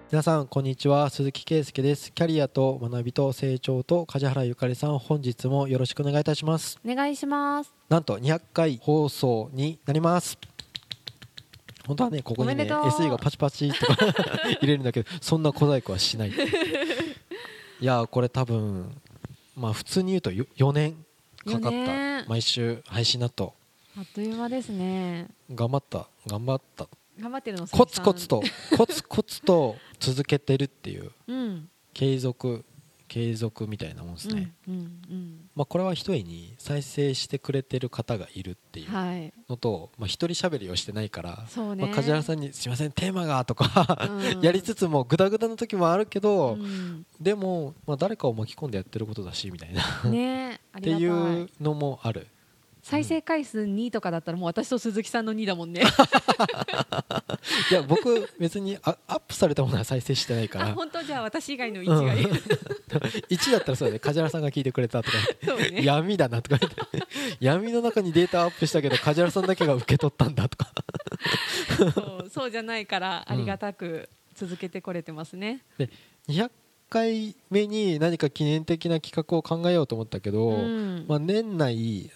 皆さんこんにちは、鈴木圭介です。キャリアと学びと成長と梶原ゆかりさん、本日もよろしくお願いいたします。 お願いします。 なんと200回放送になります。本当はね、ここにねおめでとう SE がパチパチとか入れるんだけど、そんな小細工はしない。いやこれ多分まあ普通に言うと4年かかっ 4年た。毎週配信だとあっという間ですね。 頑張った頑張ってるのコツコツと続けてるっていううん継続みたいなもんですね。まあこれは一重に再生してくれてる方がいるっていうはいのと、まあ一人喋りをしてないから、 そうね、 まあ梶原さんにすいませんテーマがとかうんやりつつもグダグダの時もあるけど、 うんでもまあ誰かを巻き込んでやってることだしみたいなねあってりがたい。 いうのもある。 再生回数2とかだったらもう私と鈴木さんの2だもんねいや僕別にアップされたものは再生してないからあ本当じゃあ私以外の1がいる、 1だったらそうだね、梶原さんが聞いてくれたとかそうね闇だなとか言って闇の中にデータアップしたけど梶原さんだけが受け取ったんだとかそうじゃないからありがたく続けてこれてますね。 で200回目に何か記念的な企画を考えようと思ったけど、 うんまあ、年内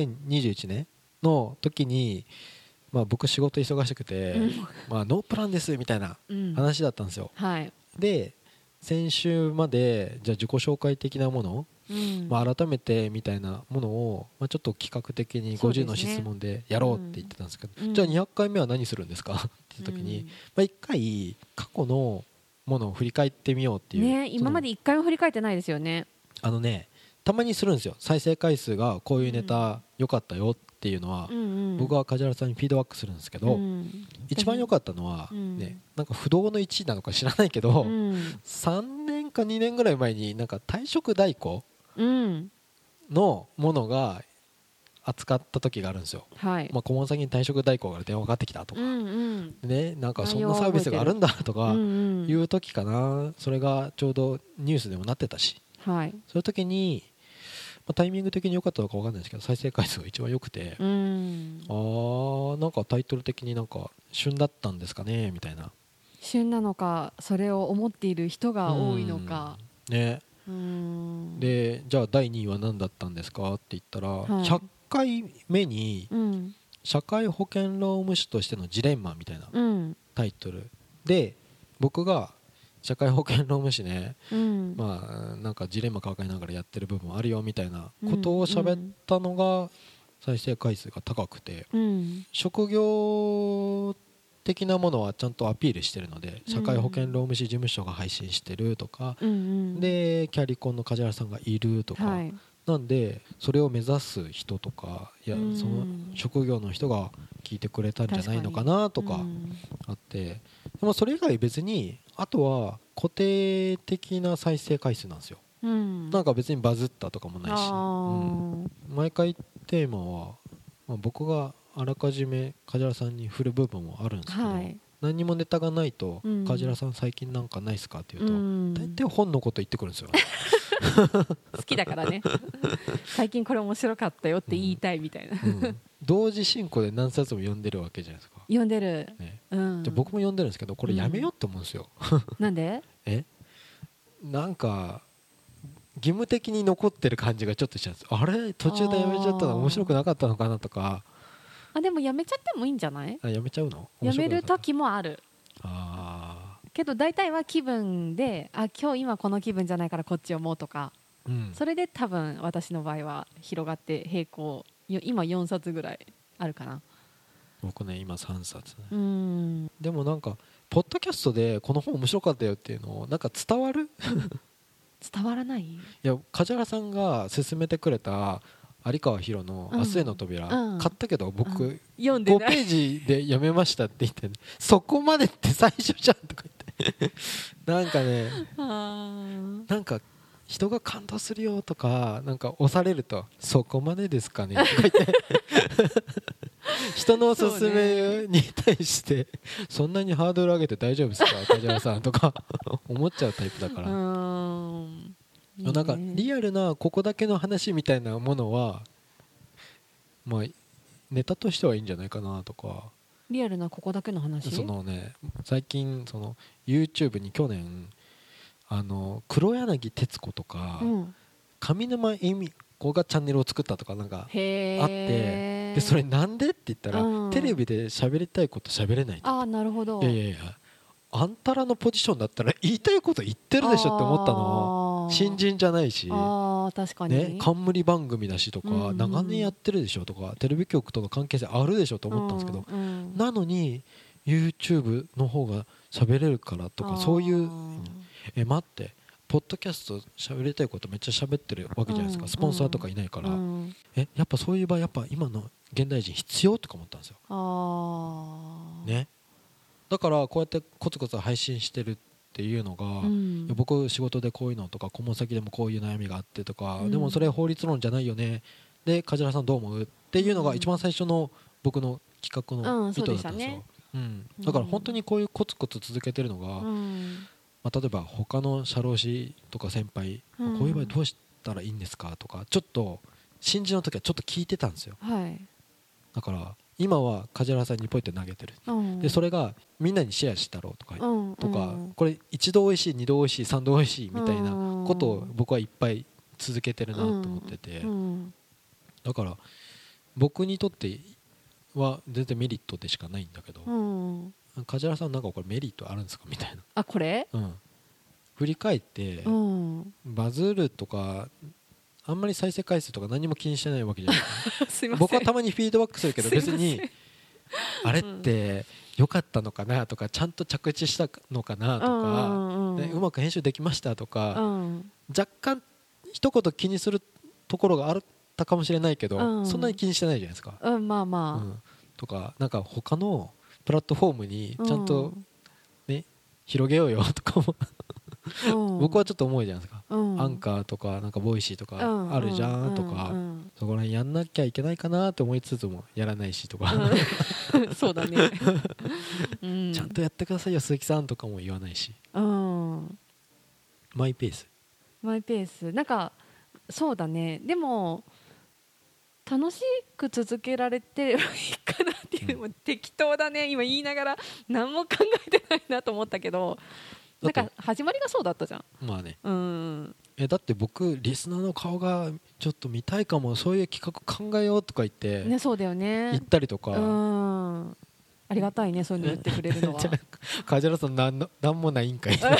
2021年の時に、まあ、僕仕事忙しくて、まあ、ノープランですみたいなうん話だったんですよ。 はいで先週までじゃあ自己紹介的なもの、 うんまあ、改めてみたいなものを、まあ、ちょっと企画的に50 そうですねの質問でやろうって言ってたんですけど、 うんじゃあ200回目は何するんですかっていう時に、まあ、1回過去のものを振り返ってみようっていう、 ね今まで1回も振り返ってないですよね。 たまにするんですよ。再生回数がこういうネタ良かったよっていうのは、僕は梶原さんにフィードバックするんですけど、一番良かったのは、ね、なんか不動の1位なのか知らないけど、3年か2年ぐらい前になんか退職代行のものが扱った時があるんですよ。 はいまあ、顧問先に退職代行から電話がかかってきたとか、ね、なんかそんなサービスがあるんだとかいう時かな。それがちょうどニュースでもなってたし、 はいそういう時に、まあ、タイミング的に良かったのか分かんないですけど再生回数が一番良くて、なんかタイトル的になんか旬だったんですかねみたいな。 旬なのかそれを思っている人が多いのか、 ね、でじゃあ第2位は何だったんですかって言ったら、100回目に社会保険労務士としてのジレンマみたいなタイトルで、僕が社会保険労務士ね、まあなんかジレンマ抱えながらやってる部分あるよみたいなことを喋ったのが再生回数が高くて、職業的なものはちゃんとアピールしてるので、社会保険労務士事務所が配信してるとか、でキャリコンの梶原さんがいるとか、なんでそれを目指す人とか、いやその職業の人が聞いてくれたんじゃないのかなとかあって、でもそれ以外別にあとは固定的な再生回数なんですよ。なんか別にバズったとかもないし、毎回テーマは、まあ、僕があらかじめ梶原さんに振る部分もあるんですけど、何にもネタがないと梶原さん最近なんかないっすかって言うと、大体本のこと言ってくるんですよ。 好きだからね最近これ面白かったよって言いたいみたいな、 同時進行で何冊も読んでるわけじゃないですか。 読んでる、 じゃ僕も読んでるんですけど、これやめようって思うんですよ。 なんでなんか義務的に残ってる感じがちょっとしちゃうんです。あれ途中でやめちゃったの面白くなかったのかなとか。 でもやめちゃってもいいんじゃない？ やめちゃうの？ やめる時もある。けど大体は気分で、今日今この気分じゃないからこっち読もうとか、それで多分私の場合は広がって並行、今4冊ぐらいあるかな。 僕ね今3冊ね。でもなんかポッドキャストでこの本面白かったよっていうのをなんか伝わる？ 伝わらない？ いや梶原さんが勧めてくれた有川博の明日への扉、買ったけど僕、 読んでない 5ページで読めましたって言って、そこまでって最初じゃんとか言ってなんかねなんか人が感動するよとかなんか押されるとそこまでですかねとか言って人のおすすめに対してそんなにハードル上げて大丈夫ですか梶原さんとか思っちゃうタイプだから、なんかリアルなここだけの話みたいなものはまあネタとしてはいいんじゃないかなとか、 リアルなここだけの話。 そのね、最近その YouTube に去年黒柳徹子とか、上沼恵美子がチャンネルを作ったとかなんかあって、でそれなんでって言ったら、テレビで喋りたいこと喋れない。 ああ、なるほど。 いやいやいや、あんたらのポジションだったら言いたいこと言ってるでしょって思ったの。新人じゃないし、 確かにね、冠番組だしとか、長年やってるでしょとか、テレビ局との関係性あるでしょと思ったんですけど、なのに YouTube の方が喋れるからとか、そういう待って、ポッドキャスト喋りたいことめっちゃ喋ってるわけじゃないですか、スポンサーとかいないから、やっぱそういう場合やっぱ今の現代人必要とか思ったんですよ。ね、だからこうやってコツコツ配信してるっていうのが、僕仕事でこういうのとか顧問先でもこういう悩みがあってとか、でもそれ法律論じゃないよね、で梶原さんどう思うっていうのが一番最初の僕の企画の意図だったんですよ。だから本当にこういうコツコツ続けてるのが、例えば他の社労士とか先輩、こういう場合どうしたらいいんですかとか、ちょっと新人の時はちょっと聞いてたんですよ。だから今は梶原さんにポイって投げてる、でそれがみんなにシェアしたろうとか、これ1度おいしい2度おいしい3度おいしいみたいなことを僕はいっぱい続けてるなと思ってて、だから僕にとっては全然メリットでしかないんだけど、梶原さんなんかこれメリットあるんですかみたいな。 あ、これ、 振り返って、バズるとかあんまり再生回数とか何も気にしてないわけじゃないすいません、 僕はたまにフィードバックするけど、別にあれって良かったのかなとか、ちゃんと着地したのかなとか、うまく編集できましたとか、若干一言気にするところがあったかもしれないけど、そんなに気にしてないじゃないですか。とか、なんか他のプラットフォームにちゃんとね、広げようよとかも僕はちょっと思うじゃないですか。アンカーとかなんかボイシーとかあるじゃんとか、そこら辺やんなきゃいけないかなと思いつつもやらないしとかそうだねちゃんとやってくださいよ鈴木さんとかも言わないし、マイペースなんかそうだね。でも楽しく続けられてればいいかなっていうのも適当だね今言いながら、何も考えてないなと思ったけど、なんか始まりがそうだったじゃん。 まあね、だって僕リスナーの顔がちょっと見たいかも、そういう企画考えようとか言ってね、そうだよね、 言ったりとか、 ありがたいね、そういうの言ってくれるのは梶原さんなんもないんかい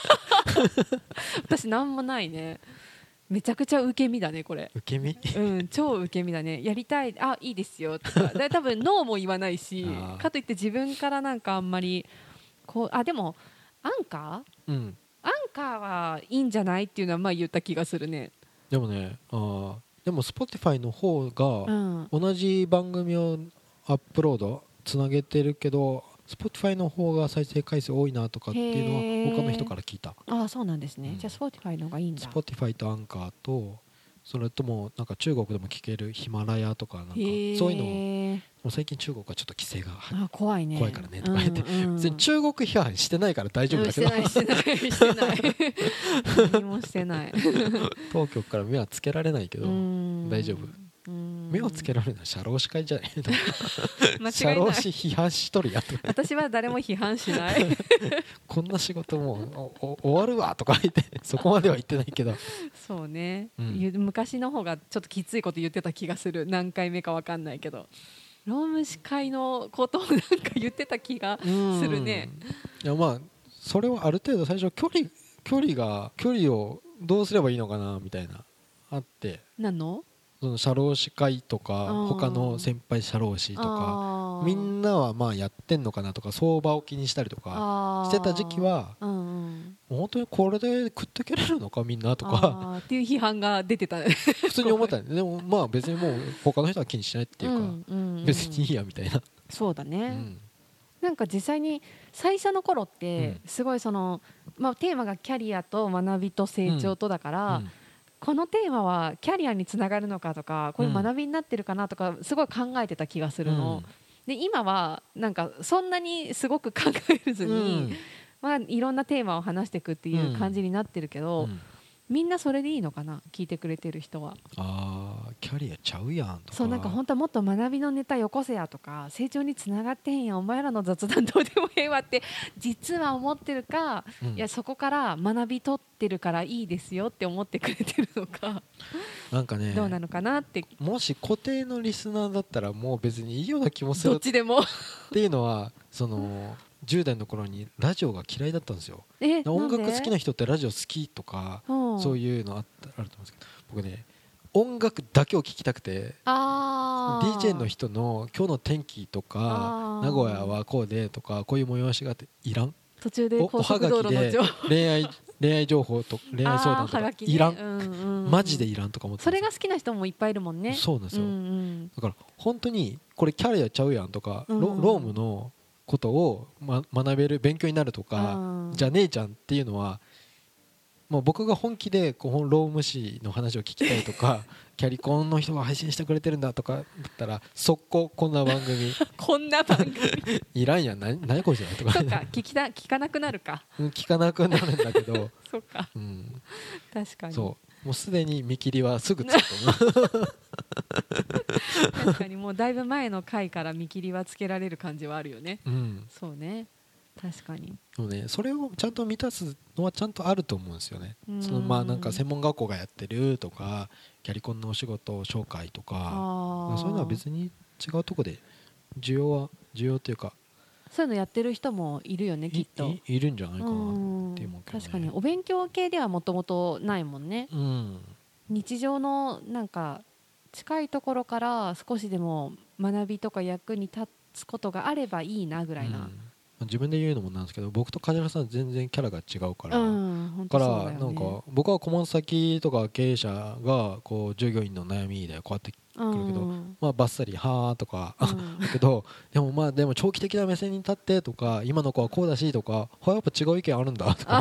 私なんもないね。めちゃくちゃ受け身だねこれ。 受け身超受け身だね。やりたい、あ、いいですよとか多分ノーも言わないしかといって自分からなんかあんまりこう、でもアンカーはいいんじゃないっていうのは前言った気がするね。 でもね、でも Spotify の方が同じ番組をアップロードつなげてるけど、Spotify の方が再生回数多いなとかっていうのは他の人から聞いた。 ああ、そうなんですね。じゃあ Spotify の方がいいんだ。 Spotify とアンカーと、それともなんか中国でも聞けるヒマラヤとかなんかそういうのを、もう最近中国はちょっと規制が怖いね、 怖いからねとか言って、別に中国批判してないから大丈夫だけど、 してない何もしてない当局から目はつけられないけど大丈夫。目をつけられるのは社労士会じゃないの社労士批判しとるやと私は誰も批判しないこんな仕事もう終わるわとか言ってそこまでは言ってないけどそうね、昔の方がちょっときついこと言ってた気がする。何回目か分かんないけど労務士会のことをなんか言ってた気がするね。 いや、まあそれはある程度最初距離をどうすればいいのかなみたいなあって、 何のその社労士会とか他の先輩社労士とかみんなはまあやってんのかなとか相場を気にしたりとかしてた時期は、本当にこれで食っていけれるのかみんなとかっていう批判が出てた普通に思ったんで、でもまあ別にもう他の人は気にしないっていうか、別にいいやみたいな。 そうだね、なんか実際に最初の頃ってすごいその、テーマがキャリアと学びと成長とだから、このテーマはキャリアにつながるのかとか、こういう学びになってるかなとかすごい考えてた気がするの、で今はなんかそんなにすごく考えずに、いろんなテーマを話していくっていう感じになってるけど、 みんなそれでいいのかな、聞いてくれてる人は。 キャリアちゃうやんとか、 そう、なんか本当はもっと学びのネタよこせやとか、成長につながってへんやんお前らの雑談どうでもええわって実は思ってるか、いやそこから学び取ってるからいいですよって思ってくれてるのか、 なんかね、 どうなのかなって。もし固定のリスナーだったらもう別にいいような気もする。 どっちでもっていうのはその10代の頃にラジオが嫌いだったんですよ。音楽好きな人ってラジオ好きとかそういうのあると思うんですけど、僕ね音楽だけを聴きたくて、DJ の人の今日の天気とか名古屋はこうでとかこういう催しがあっていらん。 途中で高速道路の恋愛情報と恋愛相談とかいらん、マジでいらんとか思って。 それが好きな人もいっぱいいるもんね。 そうなんですよ、だから本当にこれキャリアちゃうやんとか、ロームのことを、学べる勉強になるとか、じゃねえちゃんっていうのは、もう僕が本気でこうローム誌の話を聞きたいとかキャリコンの人が配信してくれてるんだとかだったら速攻こんな番組こんな番組いらんやん、何これじゃないとかそうか、聞かなくなるか聞かなくなるんだけどそうか、確かに。 そうもうすでに見切りはすぐつくと思う確かにもうだいぶ前の回から見切りはつけられる感じはあるよね。そうね、確かに。 そうね、それをちゃんと満たすのはちゃんとあると思うんですよね。なんか専門学校がやってるとかキャリコンのお仕事紹介とかそういうのは別に違うとこで需要というか、 そういうのやってる人もいるよね、きっと。 いるんじゃないかなって思うけどね。 確かにお勉強系ではもともとないもんね。日常のなんか近いところから少しでも学びとか役に立つことがあればいいなぐらいな。 自分で言うのもなんですけど、僕と梶原さんは全然キャラが違うから、なんか僕は顧問先とか経営者がこう従業員の悩みでこうやってくるけど、バッサリはーとかだけど、でも長期的な目線に立ってとか今の子はこうだしとか、やっぱ違う意見あるんだとか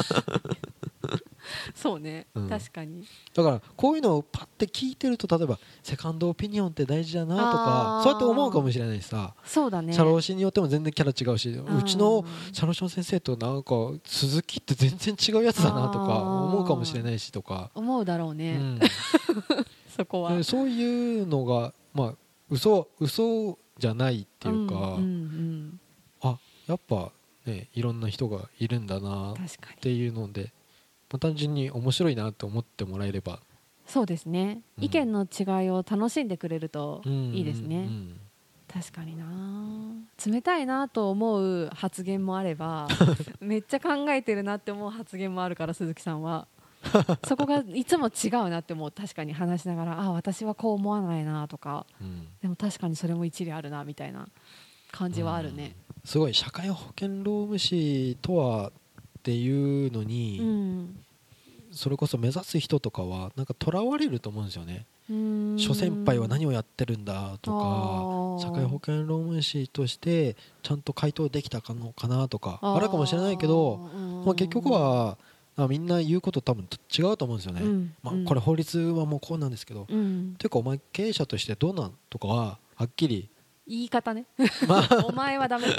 そうね、確かに。 だからこういうのをパッて聞いてると、例えばセカンドオピニオンって大事だなとかそうやって思うかもしれないしさ。 そうだね、 社労士によっても全然キャラ違うし、うちの社労士の先生となんか鈴木って全然違うやつだなとか思うかもしれないしとか思うだろうね、そこはそういうのが嘘じゃないっていうか、やっぱねいろんな人がいるんだなっていうので、単純に面白いなと思ってもらえれば。 そうですね、意見の違いを楽しんでくれるといいですね。確かにな、冷たいなと思う発言もあればめっちゃ考えてるなって思う発言もあるから、鈴木さんはそこがいつも違うなって思う。確かに話しながら私はこう思わないなとか、でも確かにそれも一理あるなみたいな感じはあるね。 すごい社会保険労務士とはっていうのに、それこそ目指す人とかはなんかとらわれると思うんですよね。諸先輩は何をやってるんだとか、社会保険労務士としてちゃんと回答できたのかなとかあるかもしれないけど、結局はみんな言うこと多分違うと思うんですよね。これ法律はもうこうなんですけど、というかお前経営者としてどうなんとかははっきり言い方ねお前はダメだ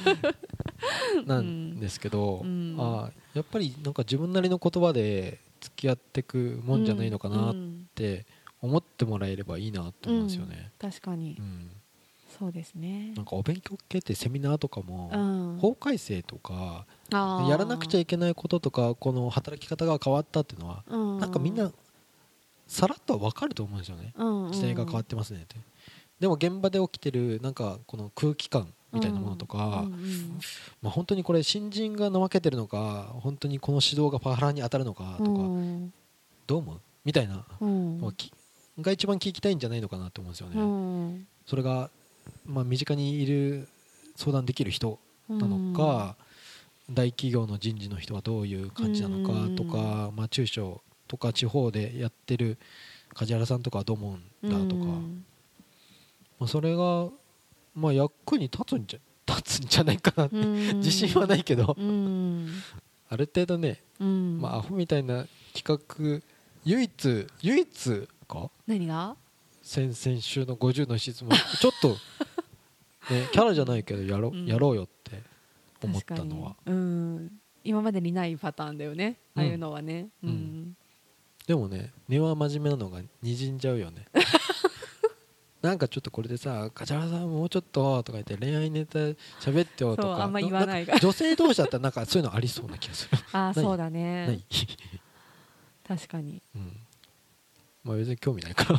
なんですけど、やっぱりなんか自分なりの言葉で付き合っていくもんじゃないのかなって思ってもらえればいいなと思うんですよね。 確かに、そうですね。 なんかお勉強系ってセミナーとかも、法改正とかやらなくちゃいけないこととか、この働き方が変わったっていうのは、なんかみんなさらっとは分かると思うんですよね。時代が変わってますねって。でも現場で起きてるなんかこの空気感みたいなものとか、本当にこれ新人が怠けてるのか、本当にこの指導がパワハラに当たるのかとか、どう思うみたいなが一番聞きたいんじゃないのかなと思うんですよね。それが身近にいる相談できる人なのか、大企業の人事の人はどういう感じなのかとか、中小とか地方でやってる梶原さんとかはどう思うんだとか、それが役に立つんじゃないかなって自信はないけどある程度ね、アホみたいな企画唯一か、 何が先々週の50の質問ちょっと、ね、キャラじゃないけどやろうよって思ったのは、 今までにないパターンだよね、ああいうのはね。 でもね根は真面目なのがにじんじゃうよねなんかちょっとこれでさ梶原さんもうちょっととか言って恋愛ネタ喋ってよとかあんま言わないが女性同士だったらなんかそういうのありそうな気がするあそうだねない確かに、 まあ別に興味ないから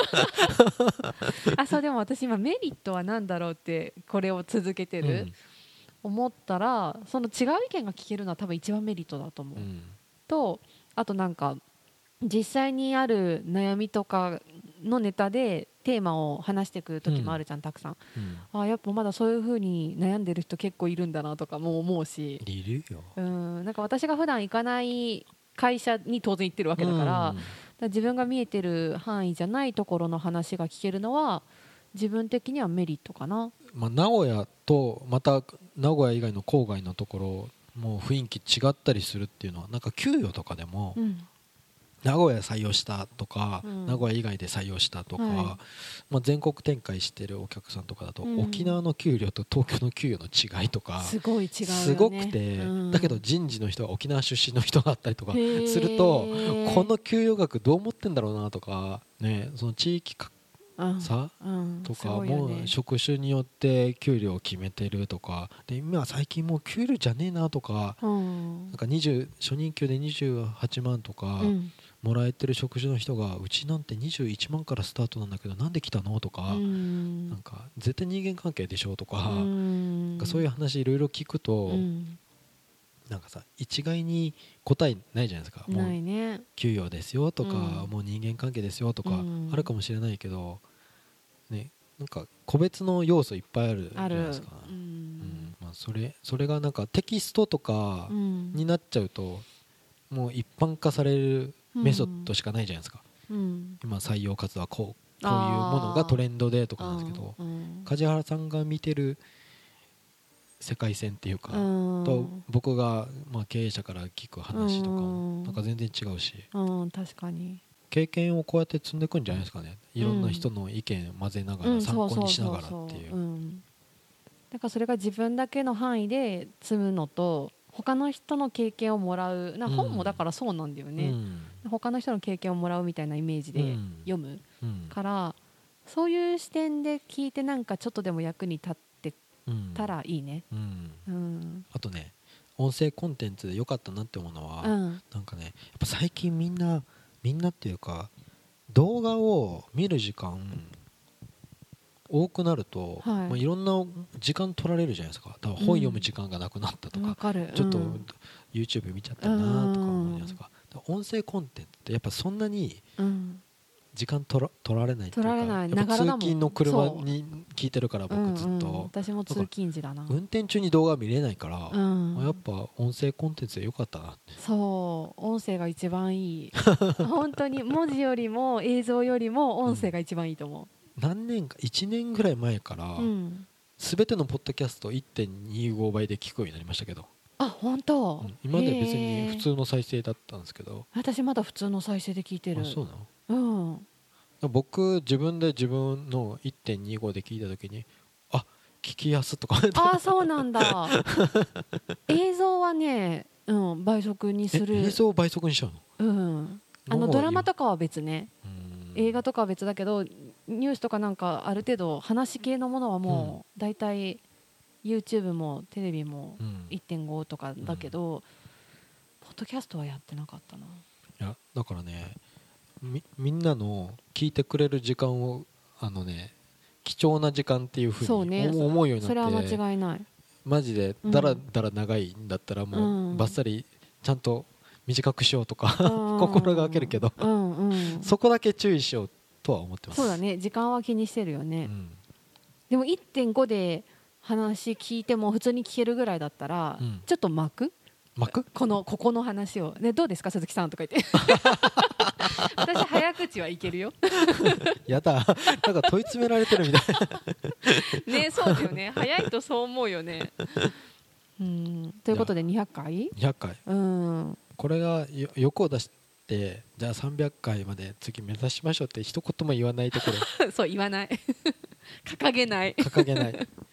あそうでも私今メリットは何だろうってこれを続けてる、思ったらその違う意見が聞けるのは多分一番メリットだと思う、とあとなんか実際にある悩みとかのネタでテーマを話してくる時もあるじゃん、たくさん、あやっぱまだそういう風に悩んでる人結構いるんだなとかも思うし、 いるよ、 なんか私が普段行かない会社に当然行ってるわけだから、自分が見えてる範囲じゃないところの話が聞けるのは自分的にはメリットかな、 名古屋とまた名古屋以外の郊外のところもう雰囲気違ったりするっていうのはなんか給与とかでも、名古屋採用したとか、名古屋以外で採用したとか、全国展開してるお客さんとかだと、沖縄の給料と東京の給与の違いとかすごい違うよね、 すごくて、だけど人事の人は沖縄出身の人だったりとかするとこの給与額どう思ってんだろうなとか、ね、その地域差とかも職種によって給料を決めてるとかで、今は最近もう給料じゃねえなとか、なんか初任給で28万とかもらえてる職種の人がうちなんて21万からスタートなんだけどなんで来たのとか、なんか絶対人間関係でしょとか、なんかそういう話いろいろ聞くと、なんかさ一概に答えないじゃないですか。もう給与ですよとか、もう人間関係ですよとかあるかもしれないけど、ね、なんか個別の要素いっぱいあるじゃないですか。それがなんかテキストとかになっちゃうと、もう一般化されるメソッドしかないじゃないですか。今採用活動はこういうものがトレンドでとかなんですけど、梶原さんが見てる世界線っていうかと僕が経営者から聞く話とかもなんか全然違うし、 確かに経験をこうやって積んでいくんじゃないですかね。いろんな人の意見混ぜながら参考にしながらっていう。 だからそれが自分だけの範囲で積むのと他の人の経験をもらう、本もだからそうなんだよね、他の人の経験をもらうみたいなイメージで読むから、そういう視点で聞いてなんかちょっとでも役に立ってたらいいね。 あとね音声コンテンツで良かったなって思うのは、なんかねやっぱ最近みんなっていうか動画を見る時間多くなると、いろんな時間取られるじゃないですか。多分本読む時間がなくなったとか、ちょっと YouTube 見ちゃったなとか思うじゃないですか。音声コンテンツってやっぱそんなに時間取られないっていうか、やっぱ通勤の車に聞いてるから僕ずっと、 私も通勤時だな。 運転中に動画見れないから、やっぱ音声コンテンツでよかったなって。 そう音声が一番いい本当に文字よりも映像よりも音声が一番いいと思う。 何年か1年ぐらい前から、全てのポッドキャスト 1.25 倍で聞くようになりましたけど。 本当、 今まで別に普通の再生だったんですけど、 私まだ普通の再生で聞いてる。 そうなの？僕自分で自分の 1.25 で聞いた時に聞きやすとかそうなんだ映像はね、倍速にする。 映像を倍速にしちゃうの？ ドラマとかは別ね、映画とかは別だけどニュースとかなんかある程度話系のものはもうだいたい YouTube もテレビも 1.5 とかだけど、ポッドキャストはやってなかったな。 いやだからねみんなの聞いてくれる時間を貴重な時間っていう風に思うようになって、 それは間違いない。 マジでだらだら長いんだったらもうバッサリちゃんと短くしようとか心がけるけど、そこだけ注意しようとは思ってます。 そうだね、時間は気にしてるよね、でも 1.5 で話聞いても普通に聞けるぐらいだったら、ちょっと巻くここの話を、ね、どうですか鈴木さんとか言って私早口はいけるよやだなんか問い詰められてるみたいなね、そうだよね、早いとそう思うよねということで200回 200回、これが欲を出してじゃあ300回まで次目指しましょうって一言も言わないところそう言わない掲げない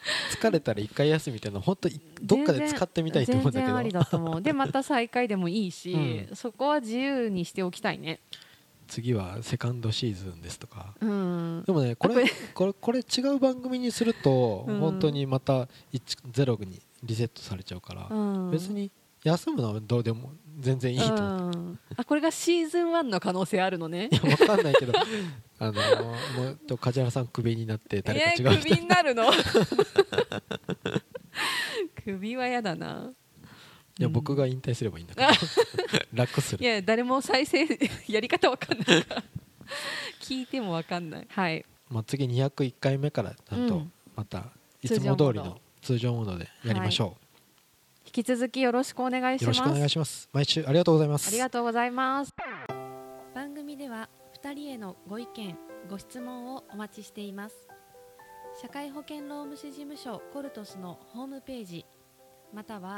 疲れたら一回休みみたいな本当どっかで使ってみたいと思うんだけど、 全然ありだと思う。でまた再開でもいいし、そこは自由にしておきたいね。 次はセカンドシーズンですとか、でもねこれ違う番組にすると本当にまた0にリセットされちゃうから、別に休むのはどうでも全然いいと思う。 これがシーズン1の可能性あるのね。 いや分かんないけどもう梶原さんクビになって誰か違う人クビになるのクビはやだな。 いや僕が引退すればいいんだけど楽する。 いや誰も再生やり方わかんないから聞いてもわかんない。はい、 次201回目からちゃんとまたいつも通りの通常モードでやりましょう。 引き続きよろしくお願いします。 よろしくお願いします。毎週ありがとうございます。 ありがとうございます。番組では2人へのご意見ご質問をお待ちしています。社会保険労務士事務所コルトスのホームページまたは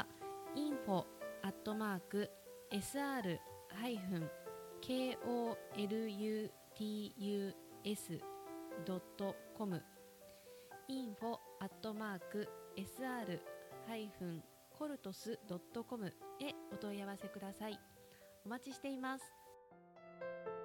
info@sr-koluts.com info@sr-coltos.com へお問い合わせください。お待ちしています。